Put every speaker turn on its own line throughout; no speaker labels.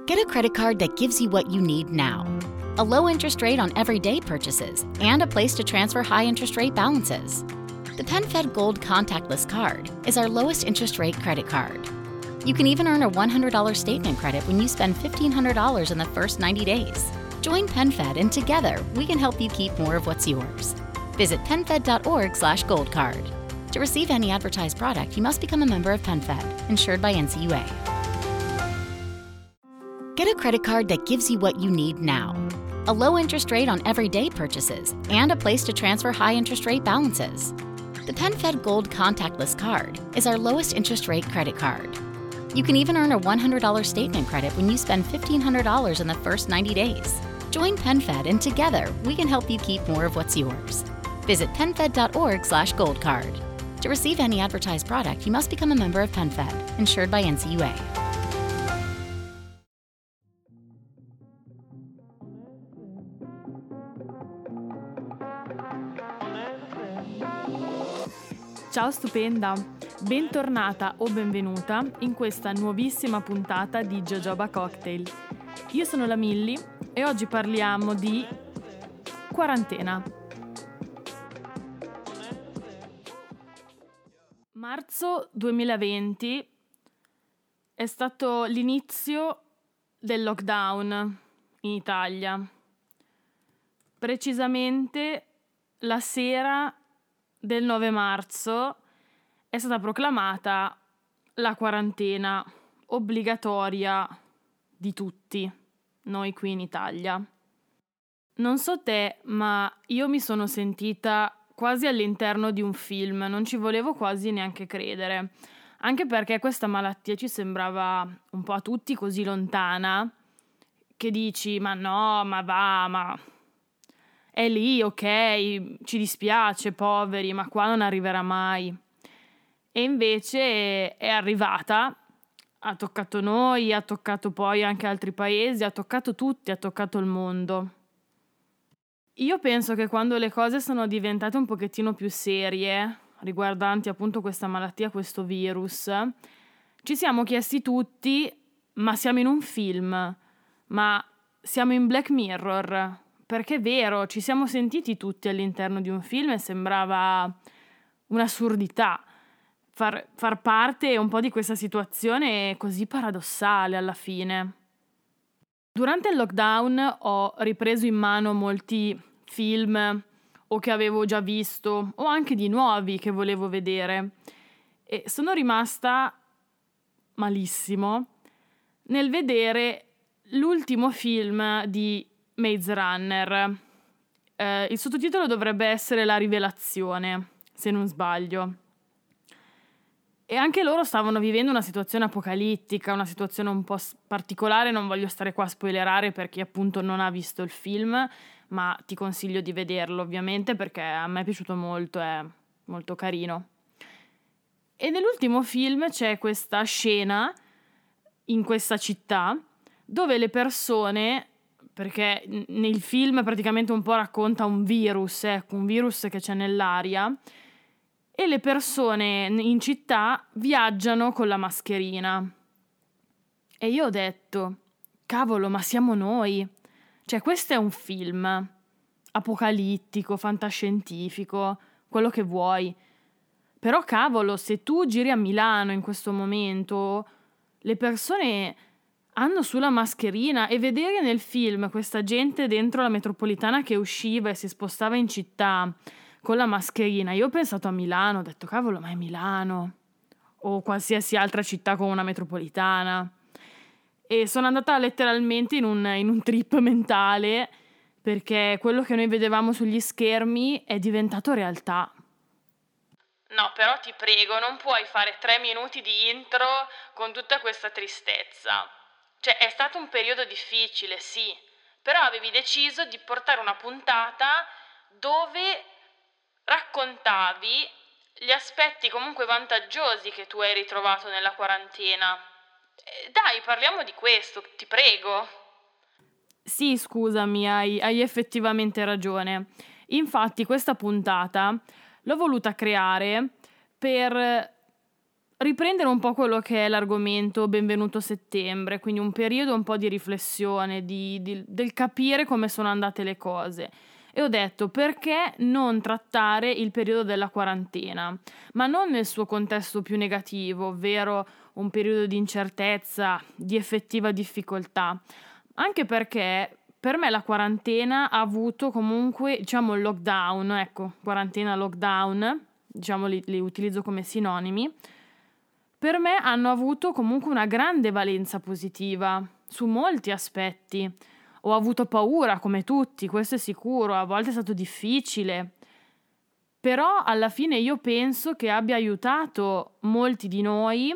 Get a credit card that gives you what you need now. A low interest rate on everyday purchases and a place to transfer high interest rate balances. The PenFed Gold Contactless Card is our lowest interest rate credit card. You can even earn a $100 statement credit when you spend $1,500 in the first 90 days. Join PenFed and together we can help you keep more of what's yours. Visit PenFed.org/goldcard. To receive any advertised product, you must become a member of PenFed, insured by NCUA. Get a credit card that gives you what you need now. A low interest rate on everyday purchases and a place to transfer high interest rate balances. The PenFed Gold Contactless Card is our lowest interest rate credit card. You can even earn a $100 statement credit when you spend $1,500 in the first 90 days. Join PenFed and together we can help you keep more of what's yours. Visit PenFed.org/goldcard. To receive any advertised product, you must become a member of PenFed, insured by NCUA.
Ciao stupenda, bentornata o benvenuta in questa nuovissima puntata di Jojoba Cocktail. Io sono la Milly e oggi parliamo di quarantena. Marzo 2020 è stato l'inizio del lockdown in Italia. Precisamente la sera del 9 marzo è stata proclamata la quarantena obbligatoria di tutti, noi qui in Italia. Non so te, ma io mi sono sentita quasi all'interno di un film, non ci volevo quasi neanche credere, anche perché questa malattia ci sembrava un po' a tutti così lontana, che dici, ma no, ma va, ma è lì, ok, ci dispiace, poveri, ma qua non arriverà mai. E invece è arrivata, ha toccato noi, ha toccato poi anche altri paesi, ha toccato tutti, ha toccato il mondo. Io penso che quando le cose sono diventate un pochettino più serie, riguardanti appunto questa malattia, questo virus, ci siamo chiesti tutti, ma siamo in un film? Ma siamo in Black Mirror? Perché è vero, ci siamo sentiti tutti all'interno di un film e sembrava un'assurdità far parte un po' di questa situazione così paradossale alla fine. Durante il lockdown ho ripreso in mano molti film o che avevo già visto o anche di nuovi che volevo vedere e sono rimasta malissimo nel vedere l'ultimo film di Maze Runner. Il sottotitolo dovrebbe essere La Rivelazione, se non sbaglio. E anche loro stavano vivendo una situazione apocalittica, una situazione un po' particolare, non voglio stare qua a spoilerare per chi appunto non ha visto il film, ma ti consiglio di vederlo ovviamente perché a me è piaciuto molto, è molto carino. E nell'ultimo film c'è questa scena in questa città dove le persone, perché nel film praticamente un po' racconta un virus che c'è nell'aria, e le persone in città viaggiano con la mascherina. E io ho detto, cavolo, ma siamo noi. Cioè, questo è un film apocalittico, fantascientifico, quello che vuoi. Però, cavolo, se tu giri a Milano in questo momento, le persone hanno sulla mascherina e vedere nel film questa gente dentro la metropolitana che usciva e si spostava in città con la mascherina, io ho pensato a Milano, ho detto cavolo, ma è Milano o qualsiasi altra città con una metropolitana, e sono andata letteralmente in un trip mentale perché quello che noi vedevamo sugli schermi è diventato realtà. No, però ti prego, non puoi fare 3 minuti di intro con tutta questa tristezza. Cioè, è stato un periodo difficile, sì, però avevi deciso di portare una puntata dove raccontavi gli aspetti comunque vantaggiosi che tu hai ritrovato nella quarantena. Dai, parliamo di questo, ti prego. Sì, scusami, hai effettivamente ragione. Infatti questa puntata l'ho voluta creare per riprendere un po' quello che è l'argomento Benvenuto settembre, quindi un periodo un po' di riflessione, del capire come sono andate le cose. E ho detto, perché non trattare il periodo della quarantena, ma non nel suo contesto più negativo, ovvero un periodo di incertezza, di effettiva difficoltà, anche perché per me la quarantena ha avuto comunque, diciamo, il lockdown, ecco, quarantena, lockdown, diciamo li utilizzo come sinonimi, per me hanno avuto comunque una grande valenza positiva su molti aspetti. Ho avuto paura come tutti, questo è sicuro, a volte è stato difficile, però alla fine io penso che abbia aiutato molti di noi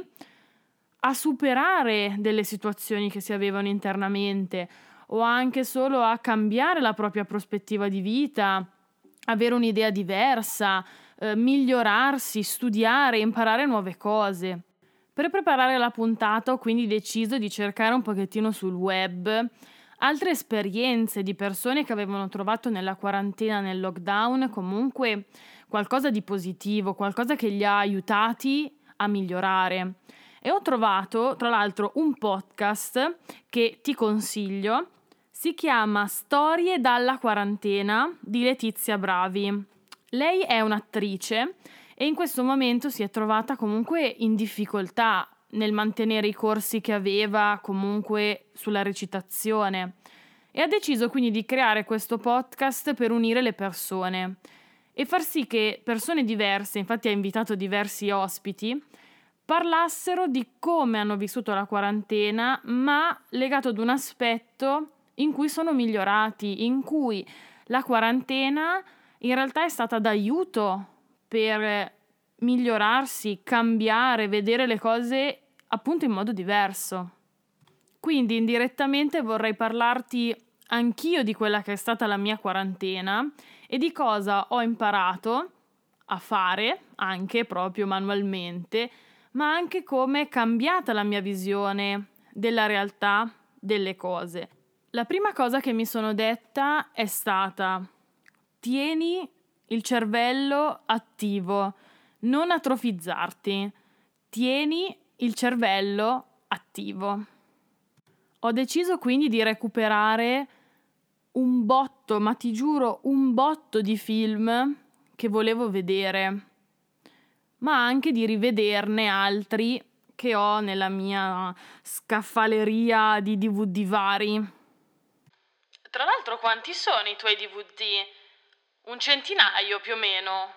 a superare delle situazioni che si avevano internamente o anche solo a cambiare la propria prospettiva di vita, avere un'idea diversa, migliorarsi, studiare, imparare nuove cose. Per preparare la puntata ho quindi deciso di cercare un pochettino sul web altre esperienze di persone che avevano trovato nella quarantena, nel lockdown, comunque qualcosa di positivo, qualcosa che li ha aiutati a migliorare. E ho trovato, tra l'altro, un podcast che ti consiglio, si chiama Storie dalla quarantena di Letizia Bravi. Lei è un'attrice e in questo momento si è trovata comunque in difficoltà nel mantenere i corsi che aveva comunque sulla recitazione e ha deciso quindi di creare questo podcast per unire le persone e far sì che persone diverse, infatti ha invitato diversi ospiti, parlassero di come hanno vissuto la quarantena, ma legato ad un aspetto in cui sono migliorati, in cui la quarantena in realtà è stata d'aiuto per migliorarsi, cambiare, vedere le cose appunto in modo diverso. Quindi indirettamente vorrei parlarti anch'io di quella che è stata la mia quarantena e di cosa ho imparato a fare, anche proprio manualmente, ma anche come è cambiata la mia visione della realtà delle cose. La prima cosa che mi sono detta è stata: tieni il cervello attivo, non atrofizzarti, tieni il cervello attivo. Ho deciso quindi di recuperare un botto, ma ti giuro, un botto di film che volevo vedere, ma anche di rivederne altri che ho nella mia scaffaleria di DVD vari. Tra l'altro, quanti sono i tuoi DVD? Un centinaio più o meno.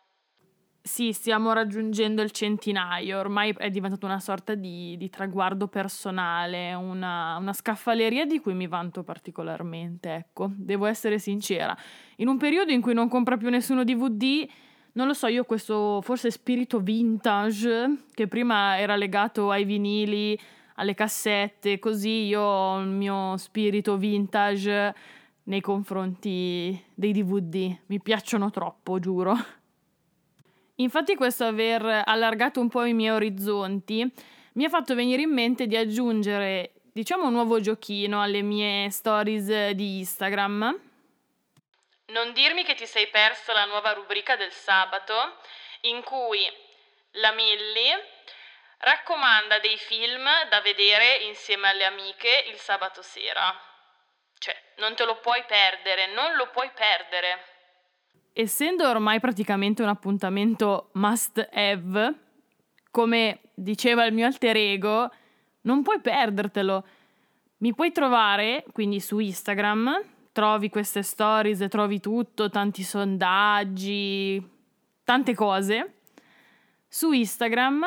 Sì, stiamo raggiungendo il centinaio, ormai è diventato una sorta di traguardo personale, una scaffaleria di cui mi vanto particolarmente, ecco, devo essere sincera. In un periodo in cui non compra più nessuno DVD, non lo so, io ho questo forse spirito vintage, che prima era legato ai vinili, alle cassette, così io ho il mio spirito vintage nei confronti dei DVD, mi piacciono troppo, giuro. Infatti questo aver allargato un po' i miei orizzonti mi ha fatto venire in mente di aggiungere, diciamo, un nuovo giochino alle mie stories di Instagram. Non dirmi che ti sei perso la nuova rubrica del sabato in cui la Milly raccomanda dei film da vedere insieme alle amiche il sabato sera. Cioè, non te lo puoi perdere, non lo puoi perdere. Essendo ormai praticamente un appuntamento must have, come diceva il mio alter ego, non puoi perdertelo. Mi puoi trovare, quindi su Instagram, trovi queste stories, trovi tutto, tanti sondaggi, tante cose. Su Instagram,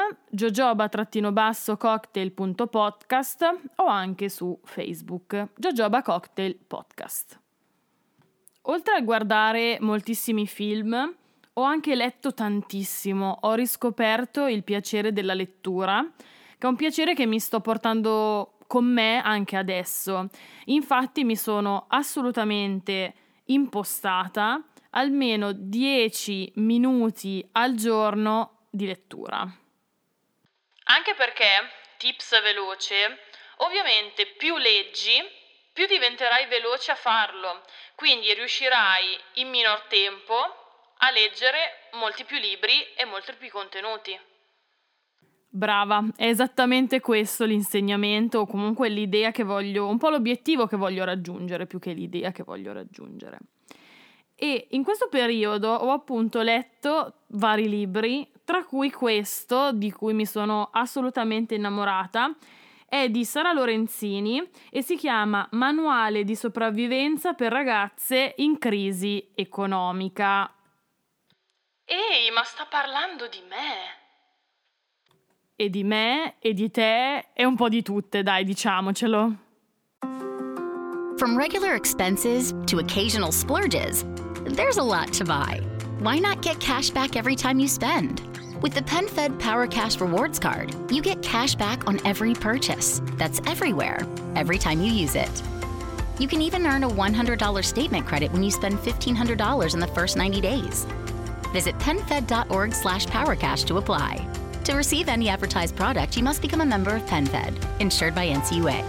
jojoba_cocktail.podcast o anche su Facebook, Jojoba Cocktail Podcast. Oltre a guardare moltissimi film, ho anche letto tantissimo, ho riscoperto il piacere della lettura, che è un piacere che mi sto portando con me anche adesso. Infatti mi sono assolutamente impostata almeno 10 minuti al giorno di lettura. Anche perché, tips veloce, ovviamente più leggi, più diventerai veloce a farlo, quindi riuscirai in minor tempo a leggere molti più libri e molti più contenuti. Brava, è esattamente questo l'insegnamento, o comunque l'idea che voglio, un po' l'obiettivo che voglio raggiungere, più che l'idea che voglio raggiungere. E in questo periodo ho appunto letto vari libri, tra cui questo, di cui mi sono assolutamente innamorata, è di Sara Lorenzini e si chiama Manuale di sopravvivenza per ragazze in crisi economica. Ehi, ma sta parlando di me? E di me, e di te, e un po' di tutte, dai, diciamocelo.
From regular expenses to occasional splurges, there's a lot to buy. Why not get cash back every time you spend? With the PenFed Power Cash Rewards Card, you get cash back on every purchase. That's everywhere, every time you use it. You can even earn a $100 statement credit when you spend $1,500 in the first 90 days. Visit PenFed.org/PowerCash to apply. To receive any advertised product, you must become a member of PenFed, insured by NCUA.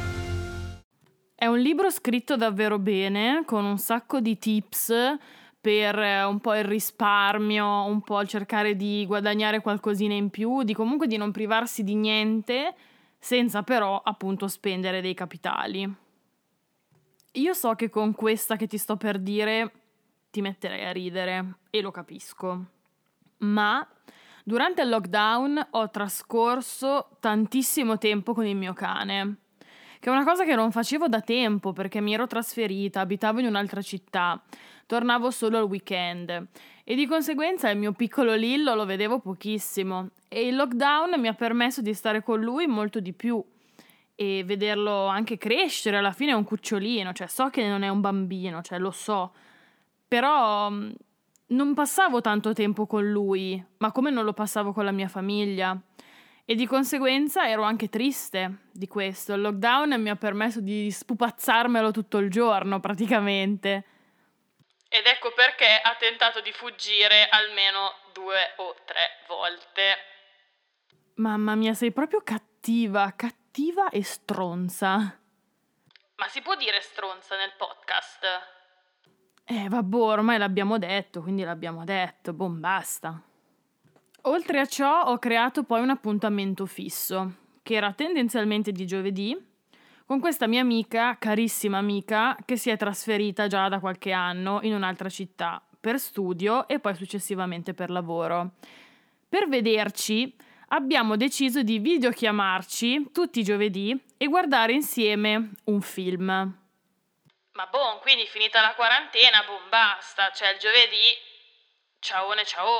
È un libro scritto davvero bene, con un sacco di tips per un po' il risparmio, un po' il cercare di guadagnare qualcosina in più, di comunque di non privarsi di niente, senza però appunto spendere dei capitali. Io so che con questa che ti sto per dire ti metterei a ridere, e lo capisco, ma durante il lockdown ho trascorso tantissimo tempo con il mio cane, che è una cosa che non facevo da tempo perché mi ero trasferita, abitavo in un'altra città, tornavo solo al weekend e di conseguenza il mio piccolo Lillo lo vedevo pochissimo e il lockdown mi ha permesso di stare con lui molto di più e vederlo anche crescere. Alla fine è un cucciolino, cioè so che non è un bambino, cioè lo so, però non passavo tanto tempo con lui, ma come non lo passavo con la mia famiglia. E di conseguenza ero anche triste di questo. Il lockdown mi ha permesso di spupazzarmelo tutto il giorno, praticamente. Ed ecco perché ha tentato di fuggire almeno 2 o 3 volte. Mamma mia, sei proprio cattiva e stronza. Ma si può dire stronza nel podcast? Vabbè, ormai l'abbiamo detto, quindi l'abbiamo detto, basta. Oltre a ciò ho creato poi un appuntamento fisso, che era tendenzialmente di giovedì, con questa mia amica, carissima amica, che si è trasferita già da qualche anno in un'altra città, per studio e poi successivamente per lavoro. Per vederci abbiamo deciso di videochiamarci tutti i giovedì e guardare insieme un film. Ma quindi finita la quarantena, basta, cioè il giovedì, ciaone.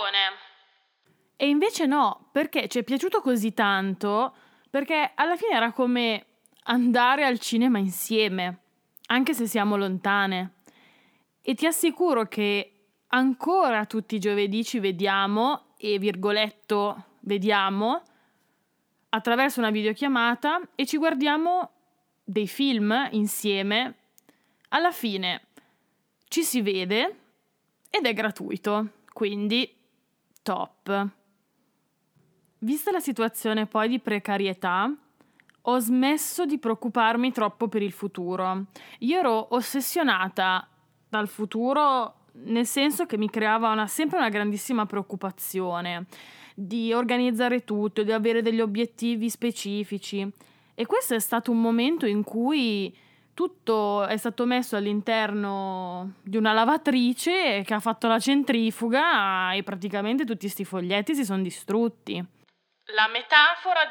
E invece no, perché ci è piaciuto così tanto, perché alla fine era come andare al cinema insieme, anche se siamo lontane. E ti assicuro che ancora tutti i giovedì ci vediamo e virgoletto vediamo attraverso una videochiamata e ci guardiamo dei film insieme. Alla fine ci si vede ed è gratuito, quindi top. Vista la situazione poi di precarietà, ho smesso di preoccuparmi troppo per il futuro. Io ero ossessionata dal futuro, nel senso che mi creava sempre una grandissima preoccupazione di organizzare tutto, di avere degli obiettivi specifici. E questo è stato un momento in cui tutto è stato messo all'interno di una lavatrice che ha fatto la centrifuga e praticamente tutti sti foglietti si sono distrutti. La metafora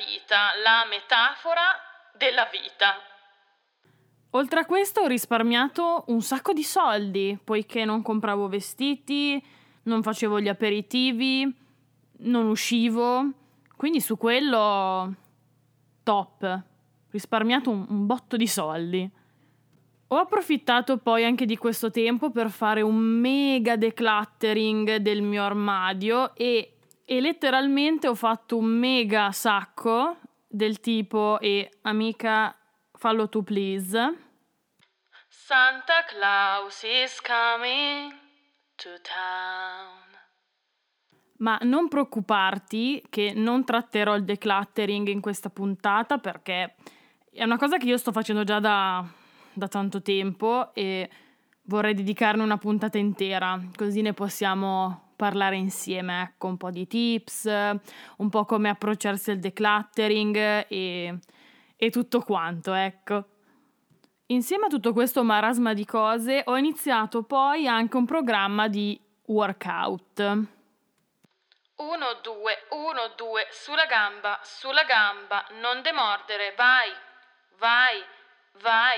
della vita. Oltre a questo ho risparmiato un sacco di soldi, poiché non compravo vestiti, non facevo gli aperitivi, non uscivo, quindi su quello top. Risparmiato un botto di soldi. Ho approfittato poi anche di questo tempo per fare un mega decluttering del mio armadio e letteralmente ho fatto un mega sacco del tipo amica, fallo tu please. Santa Claus is coming to town. Ma non preoccuparti che non tratterò il decluttering in questa puntata perché è una cosa che io sto facendo già da tanto tempo e vorrei dedicarne una puntata intera, così ne possiamo parlare insieme, ecco, un po' di tips, un po' come approcciarsi al decluttering e tutto quanto, ecco. Insieme a tutto questo marasma di cose ho iniziato poi anche un programma di workout. 1, 2, 1, 2, sulla gamba, non demordere, vai, vai, vai.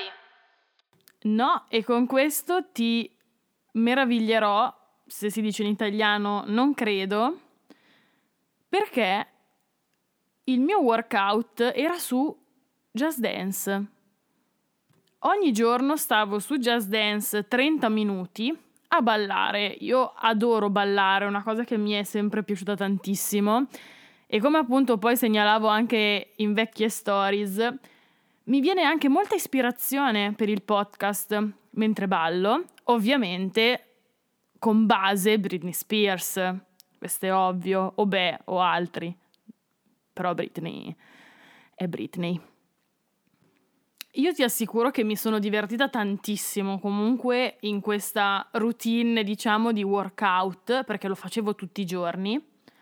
No, e con questo ti meraviglierò, se si dice in italiano non credo, perché il mio workout era su Just Dance. Ogni giorno stavo su Just Dance 30 minuti a ballare. Io adoro ballare, è una cosa che mi è sempre piaciuta tantissimo e come appunto poi segnalavo anche in vecchie stories, mi viene anche molta ispirazione per il podcast mentre ballo, ovviamente con base Britney Spears, questo è ovvio, o altri, però Britney è Britney. Io ti assicuro che mi sono divertita tantissimo comunque in questa routine, diciamo, di workout, perché lo facevo tutti i giorni.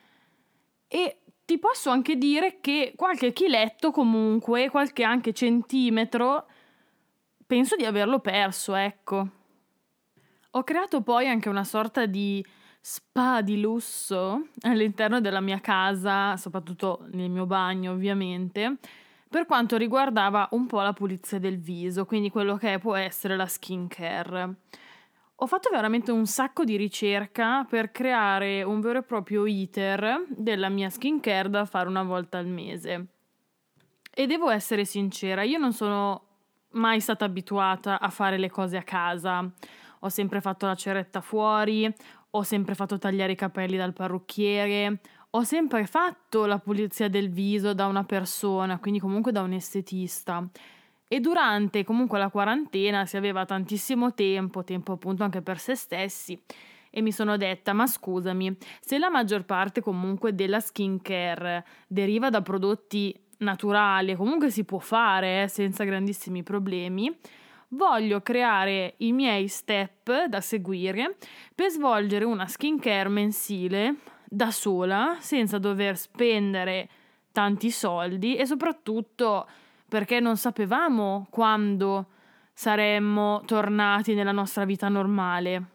E ti posso anche dire che qualche chiletto comunque, qualche anche centimetro, penso di averlo perso, ecco. Ho creato poi anche una sorta di spa di lusso all'interno della mia casa, soprattutto nel mio bagno ovviamente, per quanto riguardava un po' la pulizia del viso, quindi quello che può essere la skincare. Ho fatto veramente un sacco di ricerca per creare un vero e proprio iter della mia skincare da fare una volta al mese. E devo essere sincera, io non sono mai stata abituata a fare le cose a casa. Ho sempre fatto la ceretta fuori, ho sempre fatto tagliare i capelli dal parrucchiere, ho sempre fatto la pulizia del viso da una persona, quindi comunque da un estetista. E durante comunque la quarantena si aveva tantissimo tempo appunto anche per se stessi, e mi sono detta, ma scusami, se la maggior parte comunque della skincare deriva da prodotti naturali, comunque si può fare senza grandissimi problemi, voglio creare i miei step da seguire per svolgere una skincare mensile da sola, senza dover spendere tanti soldi e soprattutto perché non sapevamo quando saremmo tornati nella nostra vita normale.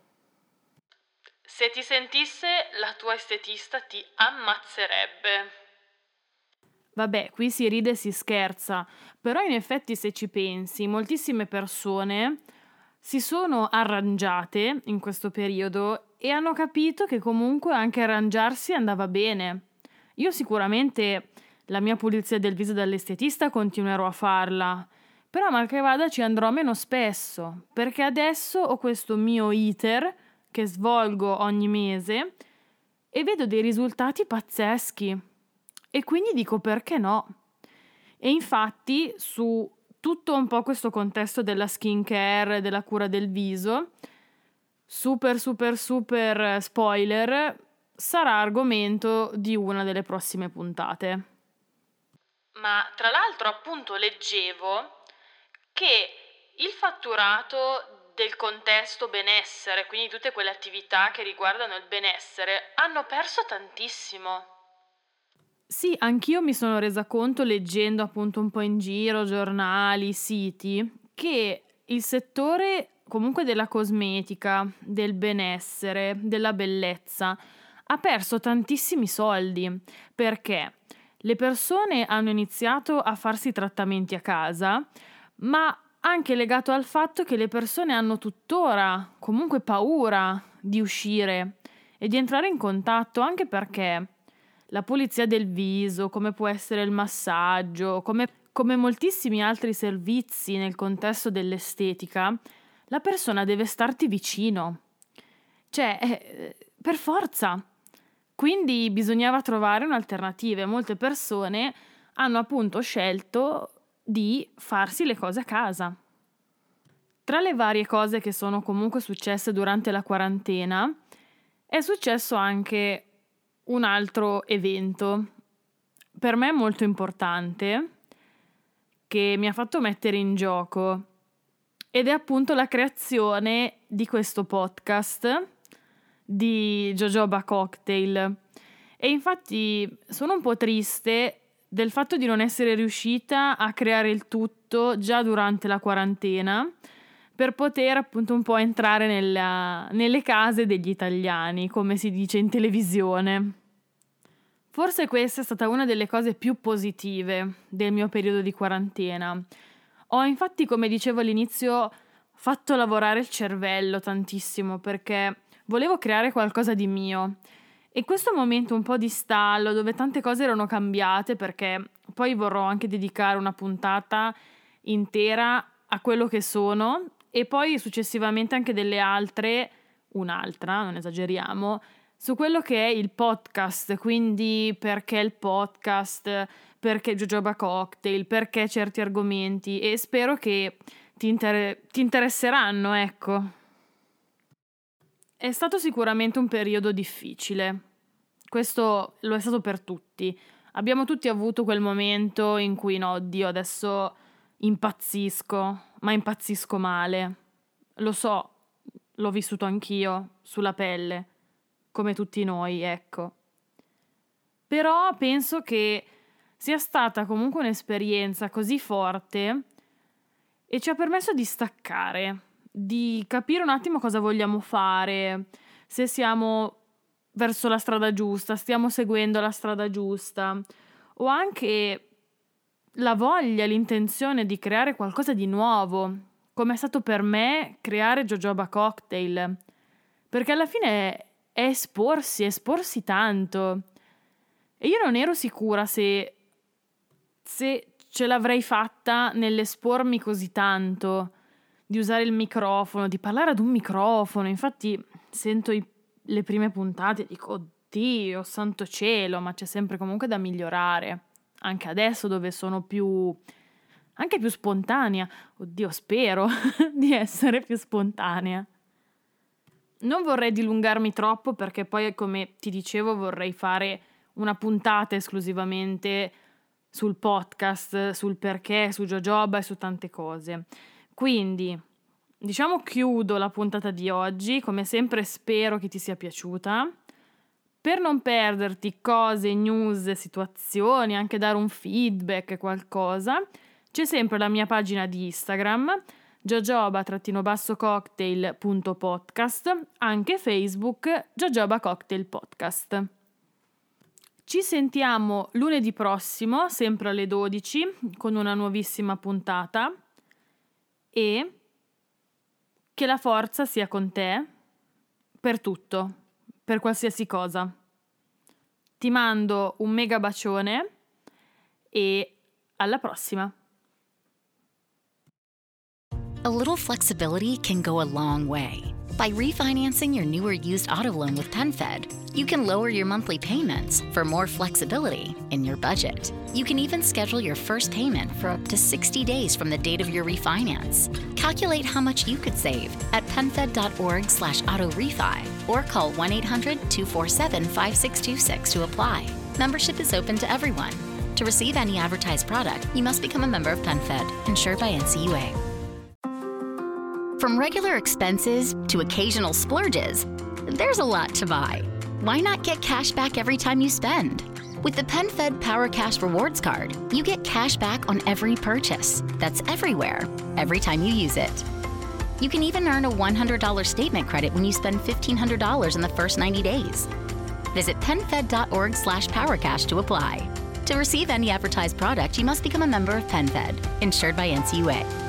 Se ti sentisse, la tua estetista ti ammazzerebbe. Vabbè, qui si ride e si scherza, però in effetti se ci pensi, moltissime persone si sono arrangiate in questo periodo e hanno capito che comunque anche arrangiarsi andava bene. Io sicuramente la mia pulizia del viso dall'estetista continuerò a farla, però mal che vada ci andrò meno spesso, perché adesso ho questo mio iter che svolgo ogni mese e vedo dei risultati pazzeschi. E quindi dico perché no? E infatti su tutto un po' questo contesto della skincare, della cura del viso, super spoiler, sarà argomento di una delle prossime puntate. Ma tra l'altro appunto leggevo che il fatturato del contesto benessere, quindi tutte quelle attività che riguardano il benessere, hanno perso tantissimo. Sì, anch'io mi sono resa conto leggendo appunto un po' in giro, giornali, siti, che il settore comunque della cosmetica, del benessere, della bellezza, ha perso tantissimi soldi perché le persone hanno iniziato a farsi trattamenti a casa, ma anche legato al fatto che le persone hanno tuttora comunque paura di uscire e di entrare in contatto, anche perché la pulizia del viso, come può essere il massaggio, come moltissimi altri servizi nel contesto dell'estetica, la persona deve starti vicino. Cioè, per forza. Quindi bisognava trovare un'alternativa e molte persone hanno appunto scelto di farsi le cose a casa. Tra le varie cose che sono comunque successe durante la quarantena, è successo anche un altro evento, per me molto importante, che mi ha fatto mettere in gioco, ed è appunto la creazione di questo podcast di jojoba cocktail. E infatti sono un po' triste del fatto di non essere riuscita a creare il tutto già durante la quarantena per poter appunto un po' entrare nelle case degli italiani, come si dice in televisione. Forse questa è stata una delle cose più positive del mio periodo di quarantena. Ho infatti, come dicevo all'inizio, fatto lavorare il cervello tantissimo perché volevo creare qualcosa di mio. E questo momento un po' di stallo, dove tante cose erano cambiate, perché poi vorrò anche dedicare una puntata intera a quello che sono, e poi successivamente anche delle altre, un'altra, non esageriamo, su quello che è il podcast, quindi perché il podcast, perché jojoba cocktail, perché certi argomenti, e spero che ti interesseranno, ecco. È stato sicuramente un periodo difficile, questo lo è stato per tutti. Abbiamo tutti avuto quel momento in cui no, oddio, adesso impazzisco, ma impazzisco male. Lo so, l'ho vissuto anch'io, sulla pelle, come tutti noi, ecco. Però penso che sia stata comunque un'esperienza così forte e ci ha permesso di staccare, di capire un attimo cosa vogliamo fare, se siamo verso la strada giusta, stiamo seguendo la strada giusta, o anche la voglia, l'intenzione di creare qualcosa di nuovo, come è stato per me creare jojoba cocktail, perché alla fine è esporsi tanto. E io non ero sicura se ce l'avrei fatta nell'espormi così tanto, di usare il microfono, di parlare ad un microfono. Infatti sento le prime puntate e dico, oddio, santo cielo, ma c'è sempre comunque da migliorare. Anche adesso dove sono anche più spontanea. Oddio, spero di essere più spontanea. Non vorrei dilungarmi troppo perché poi, come ti dicevo, vorrei fare una puntata esclusivamente sul podcast, sul perché, su jojoba e su tante cose. Quindi, diciamo, chiudo la puntata di oggi. Come sempre spero che ti sia piaciuta. Per non perderti cose, news, situazioni, anche dare un feedback, qualcosa, c'è sempre la mia pagina di Instagram, jojoba_cocktail.podcast, anche Facebook, Jojoba Cocktail Podcast. Ci sentiamo lunedì prossimo, sempre alle 12, con una nuovissima puntata, e che la forza sia con te per tutto, per qualsiasi cosa. Ti mando un mega bacione e alla prossima.
A little flexibility can go a long way. By refinancing your new or used auto loan with PenFed, you can lower your monthly payments for more flexibility in your budget. You can even schedule your first payment for up to 60 days from the date of your refinance. Calculate how much you could save at penfed.org/auto-refi or call 1-800-247-5626 to apply. Membership is open to everyone. To receive any advertised product, you must become a member of PenFed, insured by NCUA. From regular expenses to occasional splurges, there's a lot to buy. Why not get cash back every time you spend? With the PenFed Power Cash Rewards Card, you get cash back on every purchase. That's everywhere, every time you use it. You can even earn a $100 statement credit when you spend $1,500 in the first 90 days. Visit penfed.org/powercash to apply. To receive any advertised product, you must become a member of PenFed, insured by NCUA.